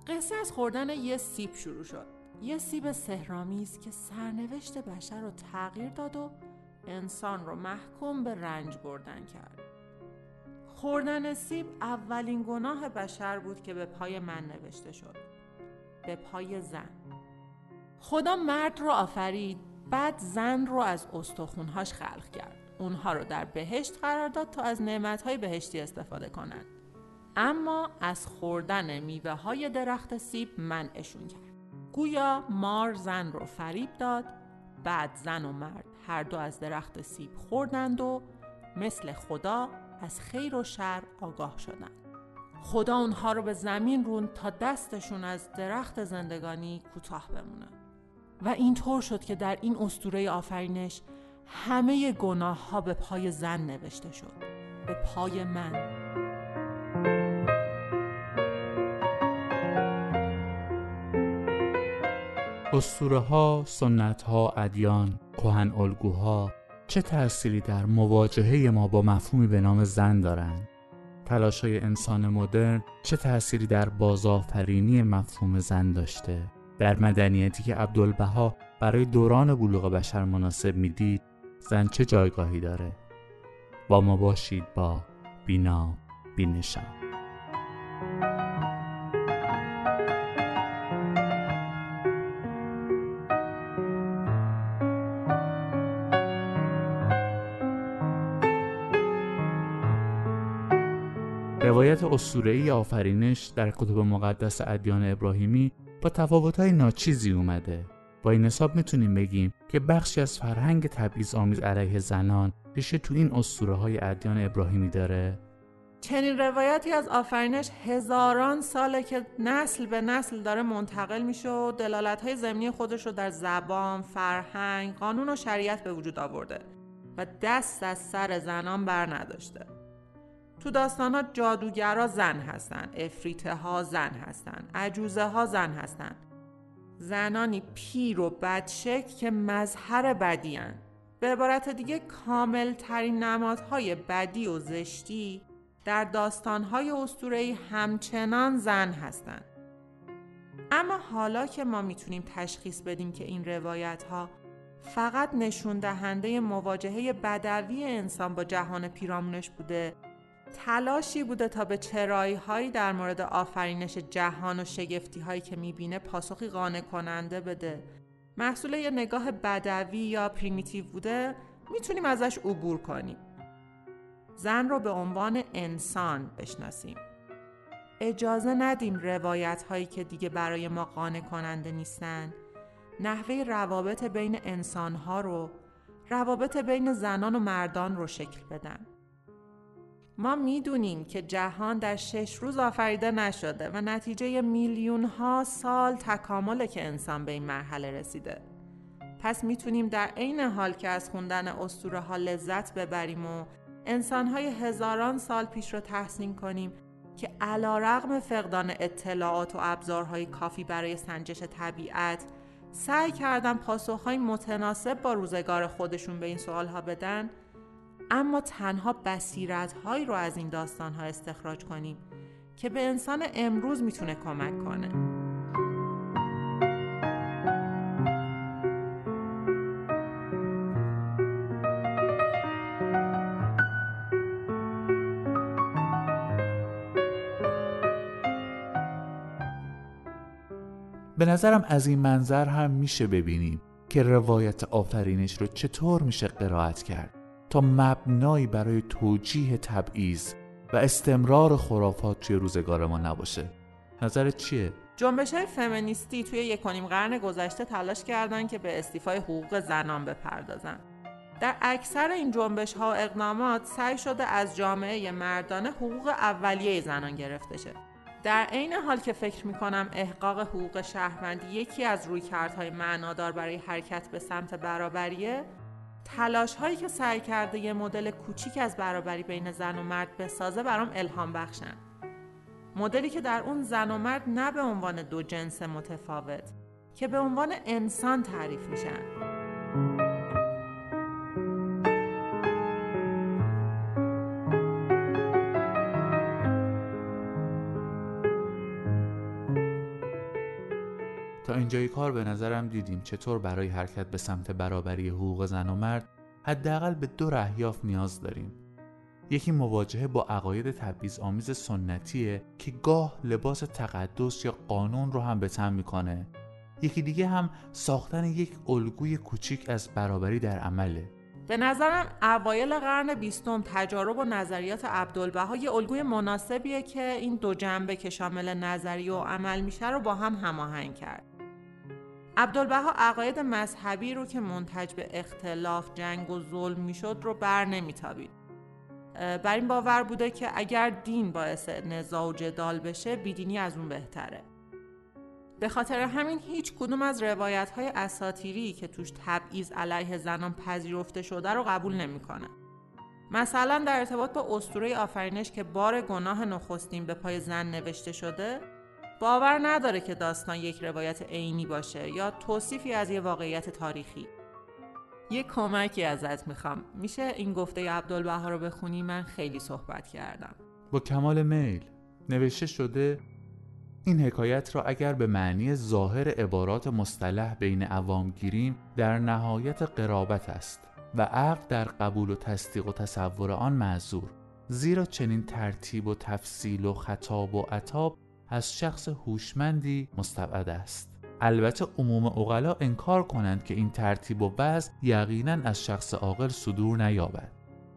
قصه از خوردن یه سیب شروع شد. یه سیب سحرآمیز که سرنوشت بشر رو تغییر داد و انسان رو محکوم به رنج بردن کرد. خوردن سیب اولین گناه بشر بود که به پای من نوشته شد. به پای زن. خدا مرد رو آفرید، بعد زن رو از استخوان‌هاش خلق کرد. اونها رو در بهشت قرار داد تا از نعمت‌های بهشتی استفاده کنند. اما از خوردن میوه‌های درخت سیب منعشون کرد. گویا مار زن رو فریب داد، بعد زن و مرد هر دو از درخت سیب خوردند و مثل خدا از خیر و شر آگاه شدند. خدا اونها رو به زمین روند تا دستشون از درخت زندگانی کوتاه بمونه. و اینطور شد که در این اسطوره آفرینش همه گناه ها به پای زن نوشته شد. به پای من. اسطوره‌ها، سنت‌ها، ادیان، کهن الگوها چه تأثیری در مواجهه ما با مفهومی به نام زن دارند؟ تلاش‌های انسان مدرن چه تأثیری در بازآفرینی مفهوم زن داشته؟ در مدنیتی که عبدالبها برای دوران بلوغ بشر مناسب می‌دید، زن چه جایگاهی داره؟ با ما باشید با بینا بینشان. روایت اسطوره‌ای آفرینش در کتب مقدس ادیان ابراهیمی با تفاوت‌های ناچیزی اومده. با این حساب میتونیم بگیم که بخشی از فرهنگ تبعیض‌آمیز علیه زنان ریشه تو این اسطوره‌های ادیان ابراهیمی داره. چنین روایتی از آفرینش هزاران ساله که نسل به نسل داره منتقل میشه و دلالت‌های ضمنی خودش رو در زبان، فرهنگ، قانون و شریعت به وجود آورده و دست از سر زنان بر نداشته. تو داستان‌ها جادوگرها زن هستن، عفریته‌ها زن هستن، عجوزه‌ها زن هستن. زنانی پیر و بدشکل که مظهر بدی هن. به عبارت دیگه کامل ترین نمادهای بدی و زشتی در داستان‌های اسطوره‌ای همچنان زن هستن. اما حالا که ما میتونیم تشخیص بدیم که این روایت‌ها فقط نشون دهنده مواجهه بدوی انسان با جهان پیرامونش بوده، تلاشی بوده تا به چرایی‌هایی در مورد آفرینش جهان و شگفتی‌هایی که می‌بینه پاسخی قانع کننده بده، محصول یه نگاه بدوی یا پریمیتیو بوده، میتونیم ازش عبور کنیم. زن رو به عنوان انسان بشناسیم. اجازه ندیم روایت‌هایی که دیگه برای ما قانع کننده نیستن، نحوه روابط بین انسان‌ها رو، روابط بین زنان و مردان رو شکل بدن. ما میدونیم که جهان در 6 روز آفریده نشده و نتیجه میلیون‌ها سال تکامله که انسان به این مرحله رسیده. پس میتونیم در عین حال که از خوندن اسطوره‌ها لذت ببریم و انسان‌های هزاران سال پیش رو تحسین کنیم که علی‌رغم فقدان اطلاعات و ابزارهای کافی برای سنجش طبیعت، سعی کردن پاسخ‌های متناسب با روزگار خودشون به این سوال‌ها بدن، اما تنها بصیرت‌هایی رو از این داستان‌ها استخراج کنیم که به انسان امروز میتونه کمک کنه. به نظرم از این منظر هم میشه ببینیم که روایت آفرینش رو چطور میشه قرائت کرد تا مبنایی برای توجیه تبعیض و استمرار خرافات توی روزگار ما نباشه. نظرت چیه؟ جنبش‌های فمینیستی توی 1.5 قرن گذشته تلاش کردن که به استیفای حقوق زنان بپردازن. در اکثر این جنبش‌ها و اقدامات سعی شده از جامعه مردانه حقوق اولیه زنان گرفته شه. در عین حال که فکر می‌کنم احقاق حقوق شهروندی یکی از رویکردهای معنادار برای حرکت به سمت برابریه، تلاش‌هایی که سعی کرده یه مدل کوچیک از برابری بین زن و مرد بسازه برام الهام بخشن. مدلی که در اون زن و مرد نه به عنوان دو جنس متفاوت که به عنوان انسان تعریف میشن. تا اینجای کار به نظرم دیدیم چطور برای حرکت به سمت برابری حقوق زن و مرد حداقل به 2 اهداف نیاز داریم. یکی مواجهه با عقاید تبعیض‌آمیز سنتیه که گاه لباس تقدس یا قانون رو هم به تن میکنه. یکی دیگه هم ساختن یک الگوی کوچیک از برابری در عمله. به نظرم اوایل قرن 20 تجارب و نظریات عبدالبها یه الگوی مناسبیه که این 2 جنبه که شامل نظریه و عمل میشه رو با هم هماهنگ کرد. عبدالبها عقاید مذهبی رو که منتج به اختلاف، جنگ و ظلم میشد رو بر نمیتابید. بر این باور بوده که اگر دین باعث نزاع و جدال بشه، بیدینی از اون بهتره. به خاطر همین هیچ کدوم از روایت‌های اساطیری که توش تبعیض علیه زنان پذیرفته شده رو قبول نمی‌کنه. مثلا در ارتباط با اسطوره آفرینش که بار گناه نخستین به پای زن نوشته شده، باور نداره که داستان یک روایت عینی باشه یا توصیفی از یه واقعیت تاریخی. یه کمکی ازت میخوام. میشه این گفته عبدالبها رو بخونی؟ من خیلی صحبت کردم. با کمال میل. نوشته شده این حکایت را اگر به معنی ظاهر عبارات مصطلح بین عوام گیریم در نهایت قرابت است و عقل در قبول و تصدیق و تصور آن معذور، زیرا چنین ترتیب و تفصیل و خطاب و عتاب از شخص هوشمندی مستبعد است. البته عموم عقلا انکار کنند که این ترتیب و وضع یقیناً از شخص عاقل صدور نیابد.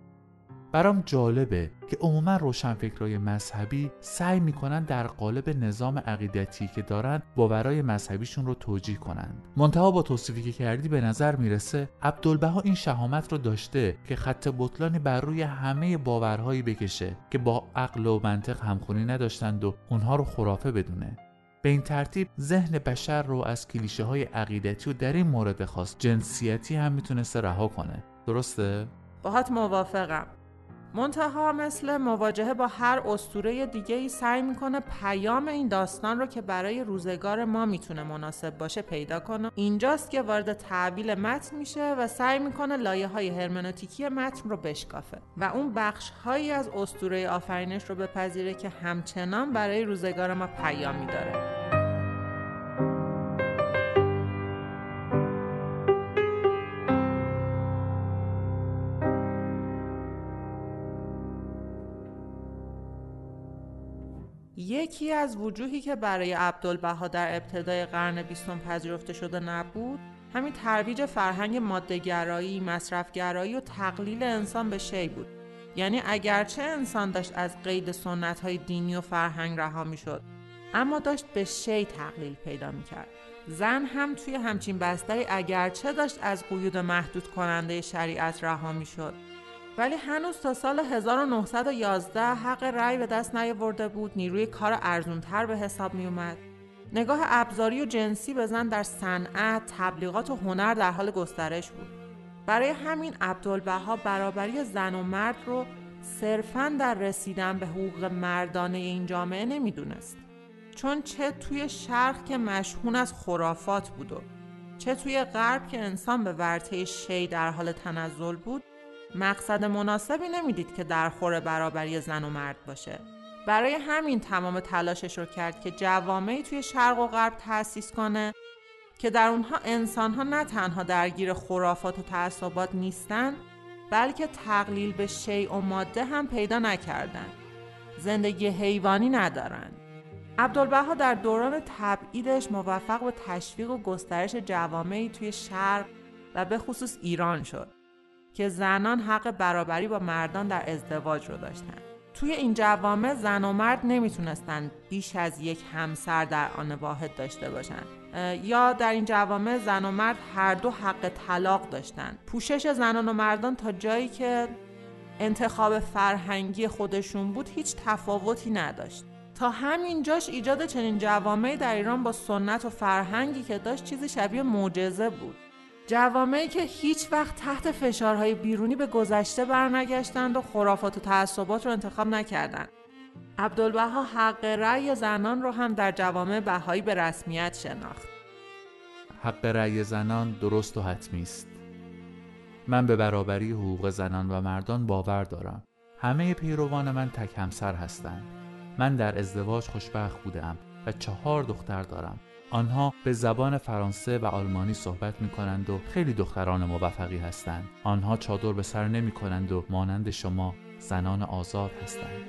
برام جالبه که عموما روشنفکرای مذهبی سعی میکنن در قالب نظام عقیدتی که دارن باورای مذهبیشون رو توجیه کنن. منتها با توصیفی که کردی به نظر میرسه عبدالبها این شهامت رو داشته که خط بطلانی بر روی همه باورهایی بکشه که با عقل و منطق همخوانی نداشتند و اونها رو خرافه بدونه. به این ترتیب ذهن بشر رو از کلیشه های عقیدتی و در این مورد خاص جنسیتی هم میتونسته رها کنه. درسته؟ باهات موافقم. منتها مثل مواجهه با هر اسطوره دیگه‌ای سعی میکنه پیام این داستان رو که برای روزگار ما میتونه مناسب باشه پیدا کنه. اینجاست که وارد تعبیل متن میشه و سعی میکنه لایه‌های هرمنوتیکی متن رو بشکافه و اون بخش‌هایی از اسطوره آفرینش رو بپذیره که همچنان برای روزگار ما پیامی داره. یکی از وجوهی که برای عبدالبها در ابتدای قرن 20 پذیرفته شده نبود، همین ترویج فرهنگ ماده‌گرایی، مصرف‌گرایی و تقلیل انسان به شی بود. یعنی اگرچه انسان داشت از قید سنت‌های دینی و فرهنگ رها می‌شد، اما داشت به شی تقلیل پیدا می‌کرد. زن هم توی همچین بستری اگرچه داشت از قیود محدود کننده شریعت رها می‌شد، ولی هنوز تا سال 1911 حق رأی به دست نیاورده بود، نیروی کار ارزان‌تر به حساب می اومد. نگاه ابزاری و جنسی به زن در صنعت، تبلیغات و هنر در حال گسترش بود. برای همین عبدالبها برابری زن و مرد رو صرفاً در رسیدن به حقوق مردانه این جامعه نمیدونست. چون چه توی شرق که مشحون از خرافات بود و چه توی غرب که انسان به ورطه شی در حال تنزل بود، مقصد مناسبی نمیدید که در خور برابری زن و مرد باشه. برای همین تمام تلاشش رو کرد که جوامعی توی شرق و غرب تأسیس کنه که در اونها انسانها نه تنها درگیر خرافات و تعصبات نیستن، بلکه تقلیل به شیء و ماده هم پیدا نکردن، زندگی حیوانی ندارن. عبدالبها در دوران تبعیدش موفق به تشویق و گسترش جوامعی توی شرق و به خصوص ایران شد که زنان حق برابری با مردان در ازدواج رو داشتن. توی این جوامع زن و مرد نمیتونستن بیش از یک همسر در آن واحد داشته باشن، یا در این جوامع زن و مرد هر دو حق طلاق داشتن. پوشش زنان و مردان تا جایی که انتخاب فرهنگی خودشون بود هیچ تفاوتی نداشت. تا همین جاش ایجاد چنین جوامعی در ایران با سنت و فرهنگی که داشت چیزی شبیه معجزه بود. جوامعی که هیچ وقت تحت فشارهای بیرونی به گذشته برنگشتند و خرافات و تعصبات رو انتخاب نکردند. عبدالبها حق رأی زنان رو هم در جوامع بهایی به رسمیت شناخت. حق رأی زنان درست و حتمی است. من به برابری حقوق زنان و مردان باور دارم. همه پیروان من تک همسر هستند. من در ازدواج خوشبخت بودم و 4 دختر دارم. آنها به زبان فرانسه و آلمانی صحبت می کنند و خیلی دختران موفقی هستند. آنها چادر به سر نمی کنند و مانند شما زنان آزاد هستند.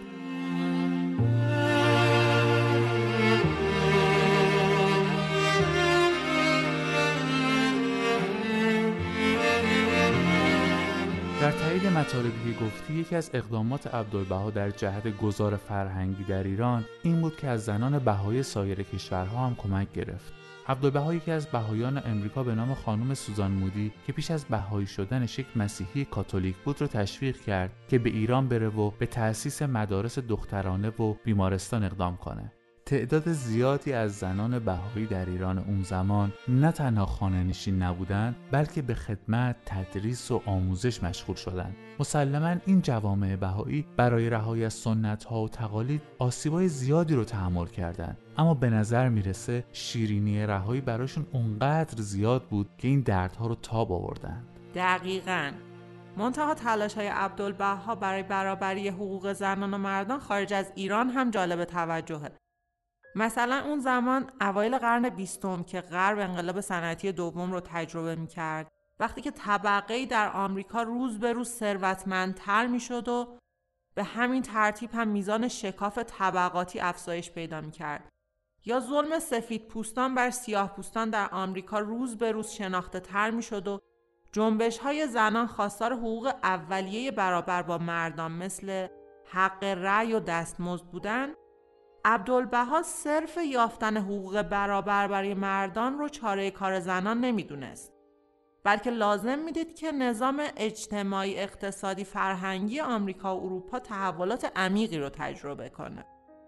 در تایید مطالبی که گفتی، یکی از اقدامات عبدالبها در جهت گذار فرهنگی در ایران این بود که از زنان بهایی سایر کشورها هم کمک گرفت. عبدالبها یکی از بهایان امریکا به نام خانم سوزان مودی که پیش از بهایی شدنش یک مسیحی کاتولیک بود رو تشویق کرد که به ایران بره و به تأسیس مدارس دخترانه و بیمارستان اقدام کنه. تعداد زیادی از زنان بهایی در ایران اون زمان نه تنها خانه‌نشین نبودند، بلکه به خدمت، تدریس و آموزش مشغول شدند. مسلماً این جوامع بهایی برای رهایی از سنت‌ها و تقالید آسیب‌های زیادی رو تحمل کردند، اما به نظر میرسه شیرینی رهایی براشون اونقدر زیاد بود که این دردها رو تاب آوردن. دقیقاً. منتها تلاش‌های عبدالبها برای برابری حقوق زنان و مردان خارج از ایران هم جالب توجهه. مثلا اون زمان اوایل قرن 20 که غرب انقلاب صنعتی دوم رو تجربه می‌کرد، وقتی که طبقه‌ای در آمریکا روز به روز ثروتمندتر می‌شد و به همین ترتیب هم میزان شکاف طبقاتی افزایش پیدا می‌کرد، یا ظلم سفید پوستان بر سیاه پوستان در آمریکا روز به روز شناخته تر می‌شد و جنبش‌های زنان خواستار حقوق اولیه برابر با مردان مثل حق رأی و دستمزد بودن، عبدالبها صرف یافتن حقوق برابر برای مردان رو چاره کار زنان نمیدونست، بلکه لازم میدید که نظام اجتماعی، اقتصادی، فرهنگی آمریکا و اروپا تحولات عمیقی رو تجربه کنه.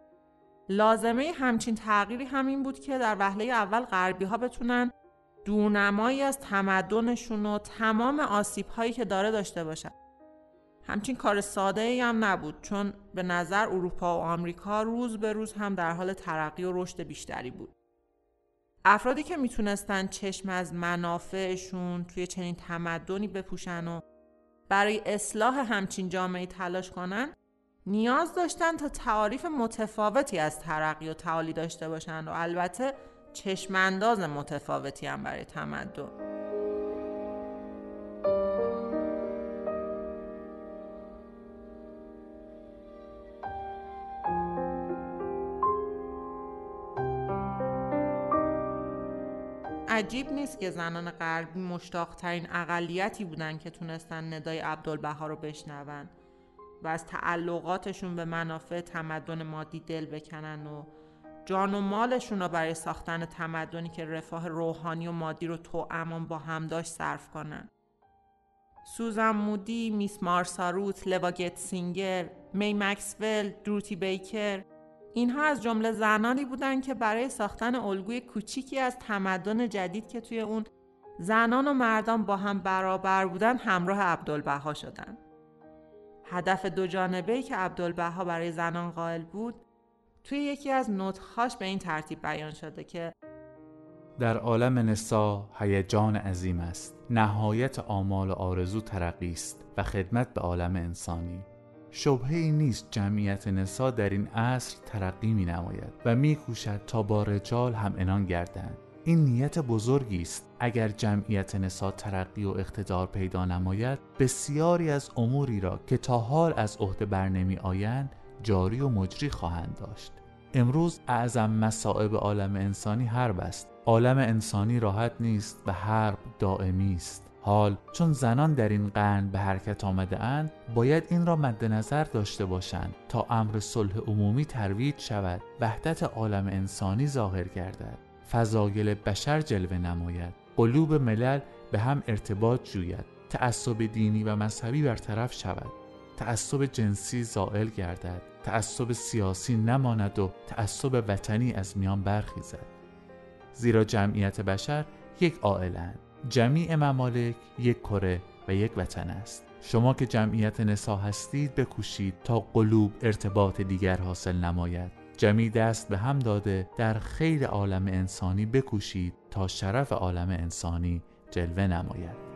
لازمه همچین تغییری همین بود که در وهله اول غربی‌ها بتونن دورنمایی از تمدنشون و تمام آسیب‌هایی که داشته باشن. همچین کار ساده‌ای هم نبود، چون به نظر اروپا و آمریکا روز به روز هم در حال ترقی و رشد بیشتری بود. افرادی که میتونستن چشم از منافعشون توی چنین تمدنی بپوشن و برای اصلاح همچین جامعه تلاش کنن، نیاز داشتن تا تعاریف متفاوتی از ترقی و تعالی داشته باشن و البته چشمانداز متفاوتی هم برای تمدن. عجیب نیست که زنان غربی مشتاق‌ترین اقلیتی بودن که تونستن ندای عبدالبها رو بشنون و از تعلقاتشون به منافع تمدن مادی دل بکنن و جان و مالشون رو برای ساختن تمدنی که رفاه روحانی و مادی رو توأمان با هم داشت صرف کنن. سوزان مودی، میس مارسا روت، لوا گتسینگر، می مکسول، دروتی بیکر، اینها از جمله زنانی بودند که برای ساختن الگوی کوچیکی از تمدن جدید که توی اون زنان و مردان با هم برابر بودن همراه عبدالبها شدند. هدف دو جانبه‌ای که عبدالبها برای زنان قائل بود توی یکی از نطق‌هاش به این ترتیب بیان شده که در عالم نساء هیجان عظیم است، نهایت آمال و آرزو ترقی است و خدمت به عالم انسانی. شبهه‌ای نیست جمعیت نساء در این عصر ترقی می نماید و می کوشد تا با رجال هم عنان گردند. این نیت بزرگی است. اگر جمعیت نساء ترقی و اقتدار پیدا نماید، بسیاری از اموری را که تا حال از عهده بر نمی آیند جاری و مجری خواهند داشت. امروز اعظم مصائب عالم انسانی حرب است. عالم انسانی راحت نیست و حرب دائمی است. حال چون زنان در این قرن به حرکت آمده اند، باید این را مد نظر داشته باشند تا امر صلح عمومی ترویج شود، وحدت عالم انسانی ظاهر گردد، فضایل بشر جلوه نماید، قلوب ملل به هم ارتباط جوید، تعصب دینی و مذهبی برطرف شود، تعصب جنسی زائل گردد، تعصب سیاسی نماند و تعصب وطنی از میان برخیزد. زیرا جمعیت بشر یک عائلند، جمیع ممالک یک کره و یک وطن است. شما که جمعیت نساء هستید بکوشید تا قلوب ارتباط دیگر حاصل نماید. جمعی دست به هم داده در خیر عالم انسانی بکوشید تا شرف عالم انسانی جلوه نماید.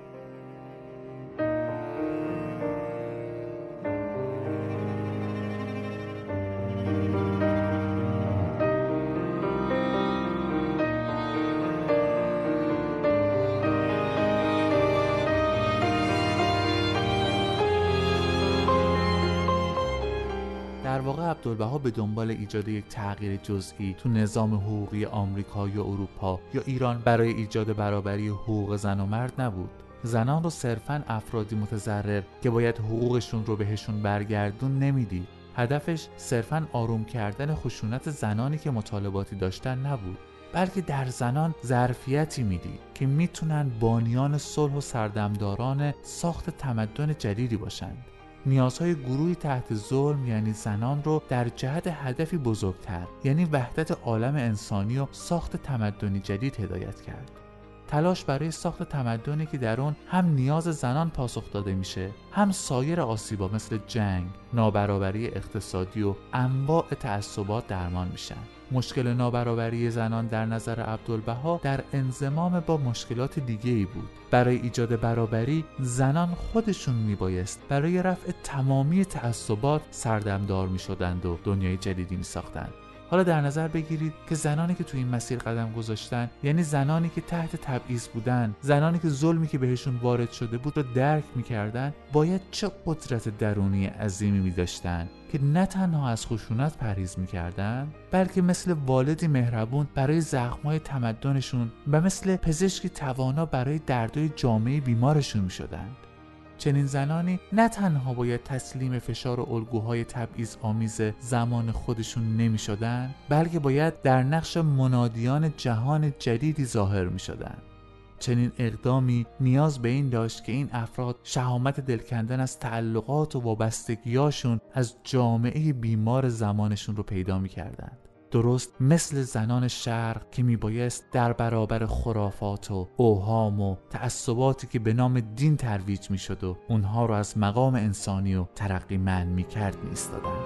واقع عبدالبها به دنبال ایجاد یک تغییر جزئی تو نظام حقوقی آمریکا یا اروپا یا ایران برای ایجاد برابری حقوق زن و مرد نبود. زنان رو صرفاً افرادی متضرر که باید حقوقشون رو بهشون برگردون نمیدید. هدفش صرفاً آروم کردن خشونت زنانی که مطالباتی داشتن نبود، بلکه در زنان ظرفیتی میدید که میتونن بانیان صلح و سردمداران ساخت تمدن جدیدی باشند. نیازهای گروهی تحت ظلم یعنی زنان رو در جهت هدفی بزرگتر یعنی وحدت عالم انسانی و ساخت تمدنی جدید هدایت کرد. تلاش برای ساخت تمدنی که در اون هم نیاز زنان پاسخ داده میشه، هم سایر آسیبا مثل جنگ، نابرابری اقتصادی و انواع تعصبات درمان میشن. مشکل نابرابری زنان در نظر عبدالبها در انضمام با مشکلات دیگه‌ای بود. برای ایجاد برابری زنان خودشون میبایست برای رفع تمامی تعصبات سردمدار میشدند و دنیای جدیدی میساختند. حالا در نظر بگیرید که زنانی که توی این مسیر قدم گذاشتن، یعنی زنانی که تحت تبعیض بودن، زنانی که ظلمی که بهشون وارد شده بود رو درک میکردن، باید چه قدرت درونی عظیمی میداشتن که نه تنها از خشونت پرهیز میکردن، بلکه مثل والدی مهربون برای زخمای تمدنشون و مثل پزشکی توانا برای دردای جامعه بیمارشون میشدند. چنین زنانی نه تنها باید تسلیم فشار و الگوهای تبعیض‌آمیز زمان خودشون نمی شدن، بلکه باید در نقش منادیان جهان جدیدی ظاهر می شدن. چنین اقدامی نیاز به این داشت که این افراد شهامت دلکندن از تعلقات و وابستگیاشون از جامعه بیمار زمانشون رو پیدا می کردن. درست مثل زنان شرق که میبایست در برابر خرافات و اوهام و تعصباتی که به نام دین ترویج میشد و اونها رو از مقام انسانی و ترقی منع میکرد میایستادند.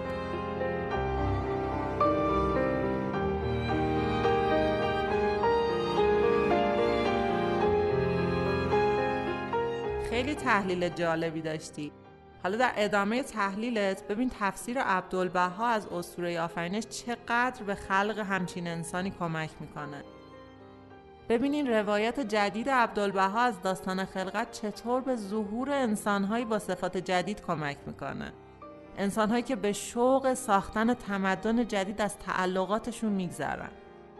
خیلی تحلیل جالبی داشتی. حالا در ادامه تحلیلت ببین تفسیر عبدالبها از اسطوره آفرینش چقدر به خلق همچین انسانی کمک میکنه. ببینین روایت جدید عبدالبها از داستان خلقت چطور به ظهور انسانهایی با صفات جدید کمک میکنه. انسانهایی که به شوق ساختن تمدن جدید از تعلقاتشون میگذرن.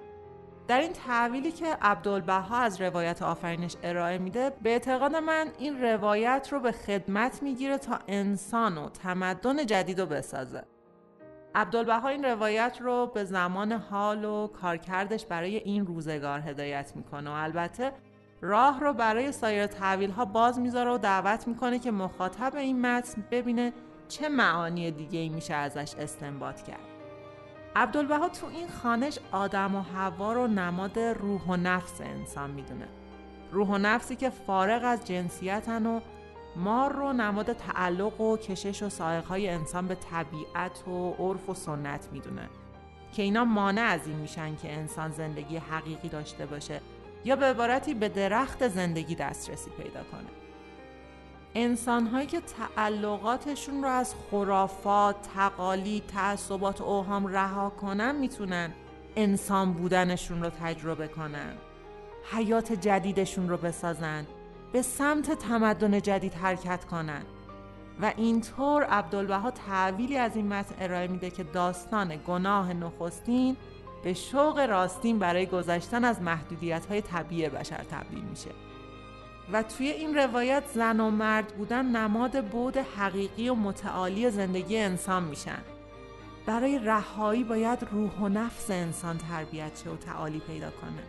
در این تحویلی که عبدالبها از روایت آفرینش ارائه میده، به اعتقاد من این روایت رو به خدمت میگیره تا انسان و تمدن جدید رو بسازه. عبدالبها این روایت رو به زمان حال و کارکردش برای این روزگار هدایت میکنه و البته راه رو برای سایر تحویل‌ها باز میذاره و دعوت میکنه که مخاطب این متن ببینه چه معانی دیگه‌ای میشه ازش استنباط کرد. عبدالبها تو این خوانش آدم و حوا رو نماد روح و نفس انسان میدونه. روح و نفسی که فارغ از جنسیتن و مار رو نماد تعلق و کشش و سائقهای انسان به طبیعت و عرف و سنت میدونه که اینا مانع از این میشن که انسان زندگی حقیقی داشته باشه یا به عبارتی به درخت زندگی دسترسی پیدا کنه. انسان‌هایی که تعلقاتشون رو از خرافات، تقالید، تعصبات و اوهام رها کنن میتونن انسان بودنشون رو تجربه کنن، حیات جدیدشون رو بسازن، به سمت تمدن جدید حرکت کنن. و اینطور عبدالبها تحویلی از این متن ارائه میده که داستان گناه نخستین به شوق راستین برای گذشتن از محدودیت‌های طبیعی بشر تبدیل میشه. و توی این روایت زن و مرد بودن نماد بعد حقیقی و متعالی زندگی انسان میشن. برای رهایی باید روح و نفس انسان تربیت شه و تعالی پیدا کنه.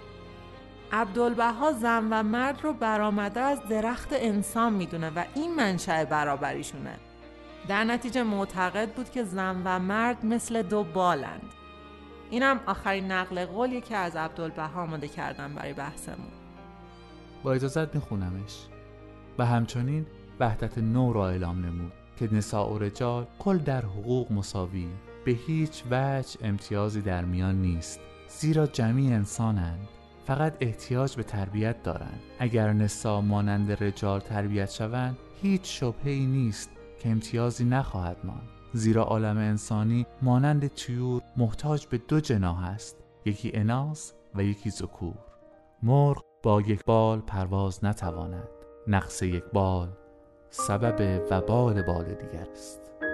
عبدالبها زن و مرد رو برآمده از درخت انسان میدونه و این منشأ برابریشونه. در نتیجه معتقد بود که زن و مرد مثل دو بالند. اینم آخرین نقل قولی که از عبدالبها آماده کردم برای بحثمون. با اجازت میخونمش. و همچنین وحدت نو را اعلام نمود که نساء و رجال کل در حقوق مساوی، به هیچ وجه امتیازی در میان نیست، زیرا جمیع انسانند، فقط احتیاج به تربیت دارند. اگر نساء مانند رجال تربیت شوند، هیچ شبهه‌ای نیست که امتیازی نخواهد ماند، زیرا عالم انسانی مانند طیور محتاج به دو جناح است، یکی اناث و یکی ذکور. مرغ با یک بال پرواز نتواند، نقص یک بال سبب وبال بال دیگر است.